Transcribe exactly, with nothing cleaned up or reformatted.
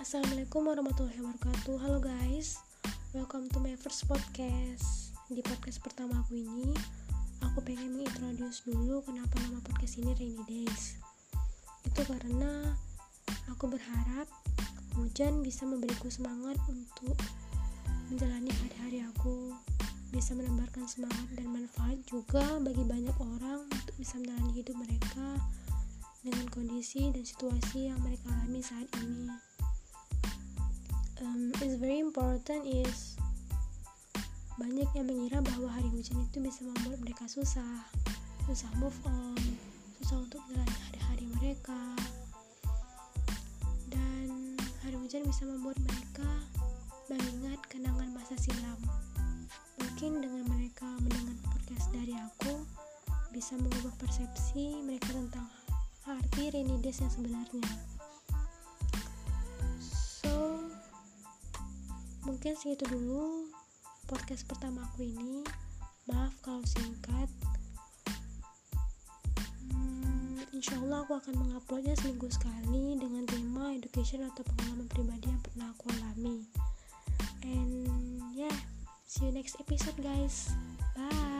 Assalamualaikum warahmatullahi wabarakatuh. Halo guys, welcome to my first podcast. Di podcast pertama aku ini, aku pengen mengintroduce dulu kenapa nama podcast ini Rainy Days. Itu karena aku berharap hujan bisa memberiku semangat untuk menjalani hari-hari aku, bisa menebarkan semangat dan manfaat juga bagi banyak orang untuk bisa menjalani hidup mereka dengan kondisi dan situasi yang mereka alami saat ini. Um, it's very important is banyak yang mengira bahwa hari hujan itu bisa membuat mereka susah, susah move on, susah untuk menjalani hari-hari mereka. Dan hari hujan bisa membuat mereka mengingat kenangan masa silam. Mungkin dengan mereka mendengar podcast dari aku bisa mengubah persepsi mereka tentang arti rainy days yang sebenarnya. So, mungkin segitu dulu podcast pertama aku ini. Maaf kalau singkat. hmm, Insya Allah aku akan menguploadnya seminggu sekali dengan tema education atau pengalaman pribadi yang pernah aku alami. And yeah, see you next episode guys. Bye.